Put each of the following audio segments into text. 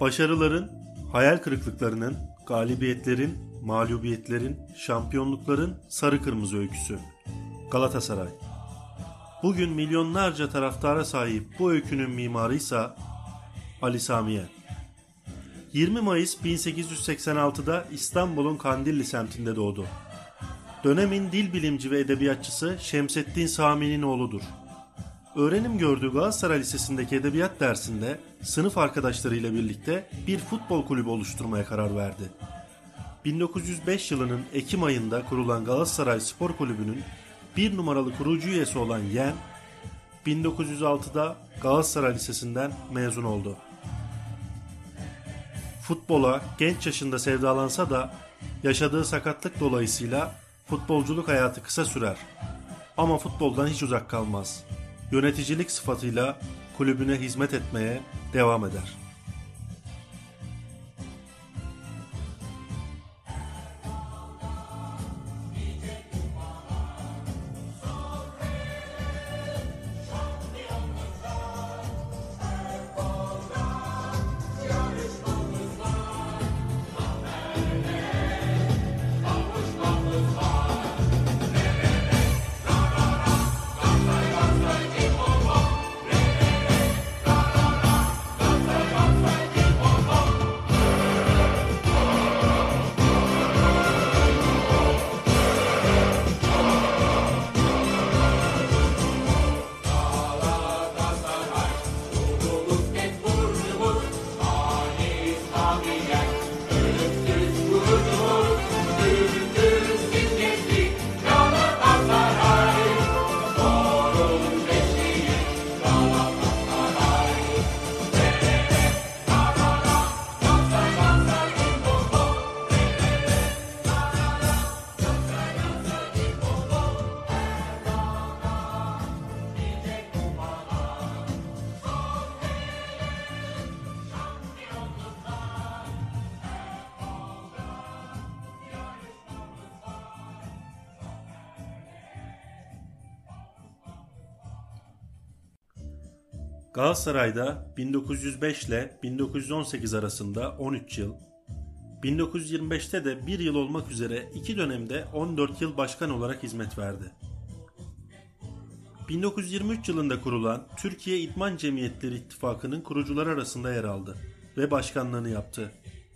Başarıların, hayal kırıklıklarının, galibiyetlerin, mağlubiyetlerin, şampiyonlukların sarı kırmızı öyküsü. Galatasaray. Bugün milyonlarca taraftara sahip bu öykünün mimarıysa Ali Sami Yen. 20 Mayıs 1886'da İstanbul'un Kandilli semtinde doğdu. Dönemin dil bilimci ve edebiyatçısı Şemseddin Sami'nin oğludur. Öğrenim gördüğü Galatasaray Lisesi'ndeki edebiyat dersinde sınıf arkadaşlarıyla birlikte bir futbol kulübü oluşturmaya karar verdi. 1905 yılının Ekim ayında kurulan Galatasaray Spor Kulübü'nün bir numaralı kurucu üyesi olan Yen, 1906'da Galatasaray Lisesi'nden mezun oldu. Futbola genç yaşında sevdalansa da yaşadığı sakatlık dolayısıyla futbolculuk hayatı kısa sürer. Ama futboldan hiç uzak kalmaz. Yöneticilik sıfatıyla kulübüne hizmet etmeye devam eder. Galatasaray'da 1905 ile 1918 arasında 13 yıl, 1925'te de 1 yıl olmak üzere 2 dönemde 14 yıl başkan olarak hizmet verdi. 1923 yılında kurulan Türkiye İdman Cemiyetleri İttifakı'nın kurucuları arasında yer aldı ve başkanlığını yaptı.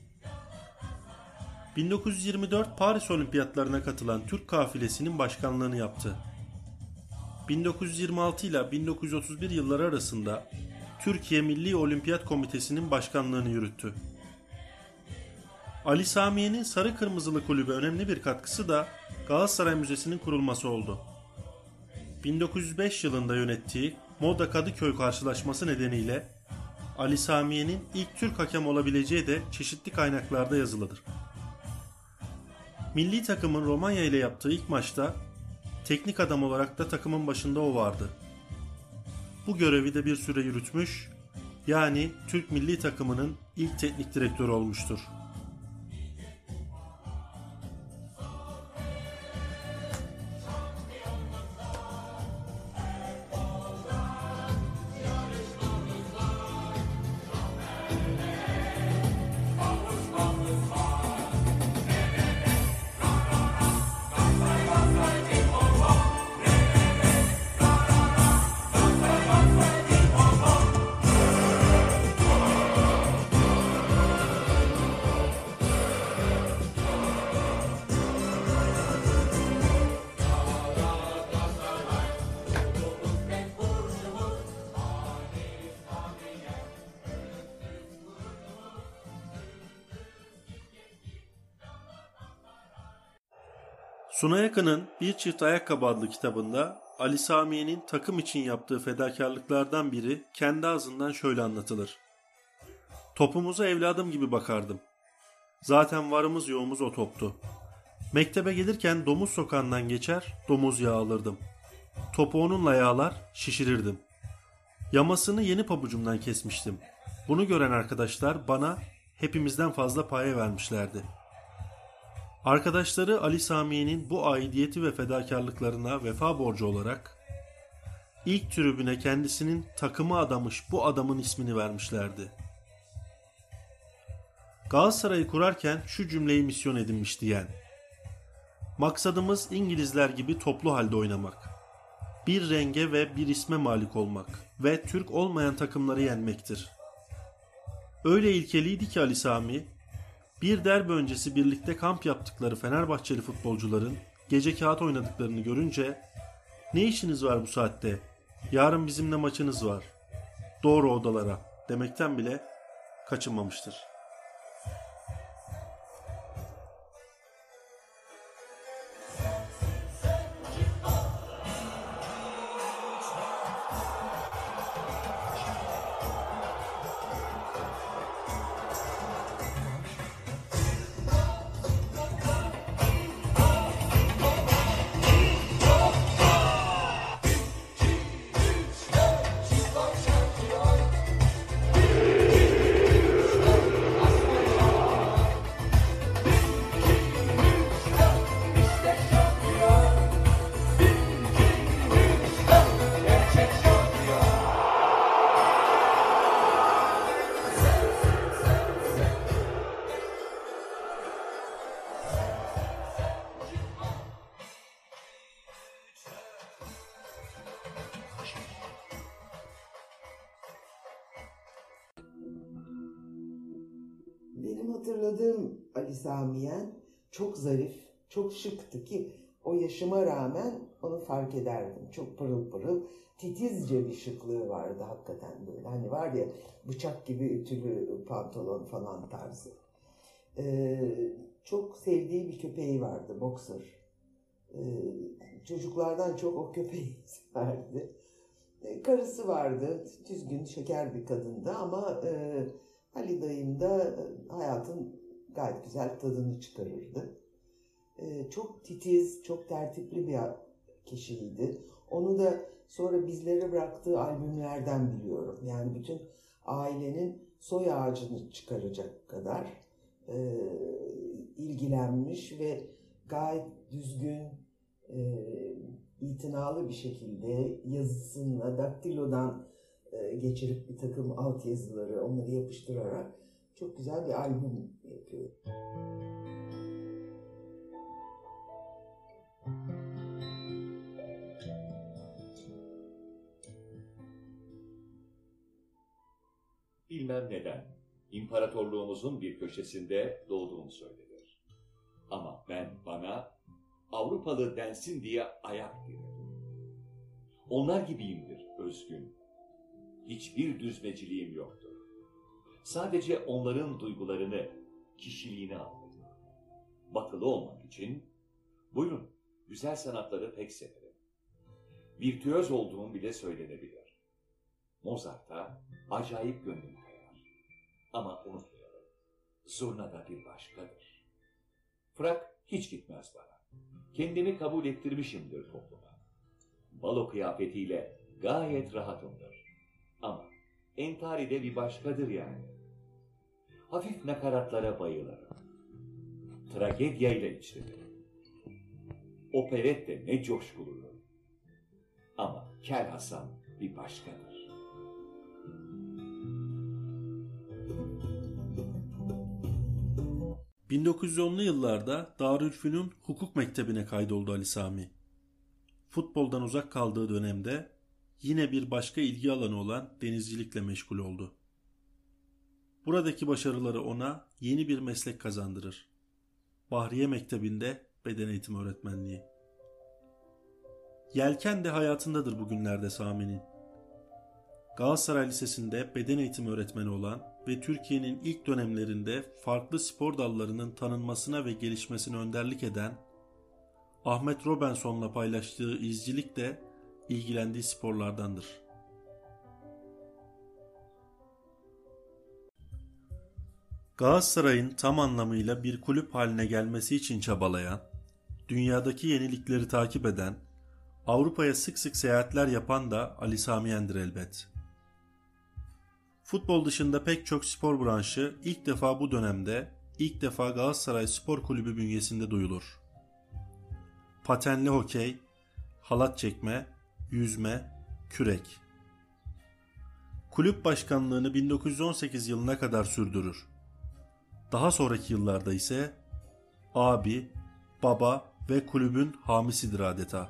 1924 Paris Olimpiyatlarına katılan Türk kafilesinin başkanlığını yaptı. 1926 ile 1931 yılları arasında Türkiye Milli Olimpiyat Komitesi'nin başkanlığını yürüttü. Ali Sami Yen'in Sarı Kırmızılı Kulübü önemli bir katkısı da Galatasaray Müzesi'nin kurulması oldu. 1905 yılında yönettiği Moda Kadıköy karşılaşması nedeniyle Ali Sami Yen'in ilk Türk hakem olabileceği de çeşitli kaynaklarda yazılıdır. Milli takımın Romanya ile yaptığı ilk maçta teknik adam olarak da takımın başında o vardı. Bu görevi de bir süre yürütmüş, yani Türk milli takımının ilk teknik direktörü olmuştur. Sunay Akın'ın Bir Çift Ayakkabı adlı kitabında Ali Sami Yen'in takım için yaptığı fedakarlıklardan biri kendi ağzından şöyle anlatılır. Topumuza evladım gibi bakardım. Zaten varımız yoğumuz o toptu. Mektebe gelirken domuz sokağından geçer, domuz yağı alırdım. Topu onunla yağlar, şişirirdim. Yamasını yeni pabucumdan kesmiştim. Bunu gören arkadaşlar bana hepimizden fazla paye vermişlerdi. Arkadaşları Ali Sami Yen'in bu aidiyeti ve fedakarlıklarına vefa borcu olarak ilk tribüne kendisinin takımı adamış bu adamın ismini vermişlerdi. Galatasaray'ı kurarken şu cümleyi misyon edinmişti yeğen. Maksadımız İngilizler gibi toplu halde oynamak. Bir renge ve bir isme malik olmak ve Türk olmayan takımları yenmektir. Öyle ilkeliydi ki Ali Sami, bir derbi öncesi birlikte kamp yaptıkları Fenerbahçeli futbolcuların gece kağıt oynadıklarını görünce "Ne işiniz var bu saatte? Yarın bizimle maçınız var. Doğru odalara" demekten bile kaçınmamıştır. Benim hatırladığım Ali Samiyen çok zarif, çok şıktı ki o yaşıma rağmen onu fark ederdim. Çok pırıl pırıl, titizce bir şıklığı vardı hakikaten böyle. Hani var ya bıçak gibi ütülü pantolon falan tarzı. Çok sevdiği bir köpeği vardı, boxer. Çocuklardan çok o köpeği severdi. Karısı vardı, düzgün, şeker bir kadındı ama Ali dayım da hayatın gayet güzel tadını çıkarırdı. Çok titiz, çok tertipli bir kişiydi. Onu da sonra bizlere bıraktığı albümlerden biliyorum. Yani bütün ailenin soy ağacını çıkaracak kadar ilgilenmiş ve gayet düzgün, itinalı bir şekilde yazısıyla daktilodan geçirip bir takım altyazıları onları yapıştırarak çok güzel bir albüm yapıyor. Bilmem neden imparatorluğumuzun bir köşesinde doğduğum söylenir. Ama bana Avrupalı densin diye ayak diredim. Onlar gibiyimdir özgün. Hiçbir düzmeciliğim yoktur. Sadece onların duygularını, kişiliğini anladım. Batılı olmak için, buyurun güzel sanatları pek severim. Virtüöz olduğum bile söylenebilir. Mozart'a acayip gönlüm kayar. Ama unutmayalım, zurna da bir başkadır. Frak hiç gitmez bana. Kendimi kabul ettirmişimdir topluma. Balo kıyafetiyle gayet rahatımdır. Ama entari de bir başkadır yani. Hafif nakaratlara bayılırım. Tragedyayla içlenirim. Operette ne coşkuludur. Ama Kel Hasan bir başkadır. ...1910'lu yıllarda Darülfünun Hukuk Mektebi'ne kaydoldu Ali Sami. Futboldan uzak kaldığı dönemde yine bir başka ilgi alanı olan denizcilikle meşgul oldu. Buradaki başarıları ona yeni bir meslek kazandırır. Bahriye Mektebi'nde beden eğitimi öğretmenliği. Yelken de hayatındadır bugünlerde Sami'nin. Galatasaray Lisesi'nde beden eğitimi öğretmeni olan ve Türkiye'nin ilk dönemlerinde farklı spor dallarının tanınmasına ve gelişmesine önderlik eden Ahmet Robinson'la paylaştığı izcilik de ilgilendiği sporlardandır. Galatasaray'ın tam anlamıyla bir kulüp haline gelmesi için çabalayan, dünyadaki yenilikleri takip eden, Avrupa'ya sık sık seyahatler yapan da Ali Samiyen'dir elbet. Futbol dışında pek çok spor branşı ilk defa bu dönemde Galatasaray Spor Kulübü bünyesinde duyulur. Patenli hokey, halat çekme, yüzme, kürek. Kulüp başkanlığını 1918 yılına kadar sürdürür. Daha sonraki yıllarda ise abi, baba ve kulübün hamisidir adeta.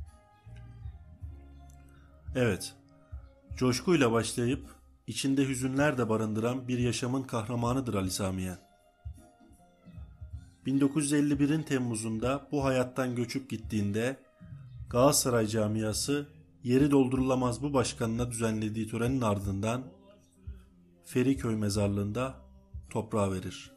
Evet, coşkuyla başlayıp içinde hüzünler de barındıran bir yaşamın kahramanıdır Ali Sami. 1951'in Temmuz'unda bu hayattan göçüp gittiğinde Galatasaray camiası yeri doldurulamaz bu başkanına düzenlediği törenin ardından Feriköy mezarlığında toprağa verir.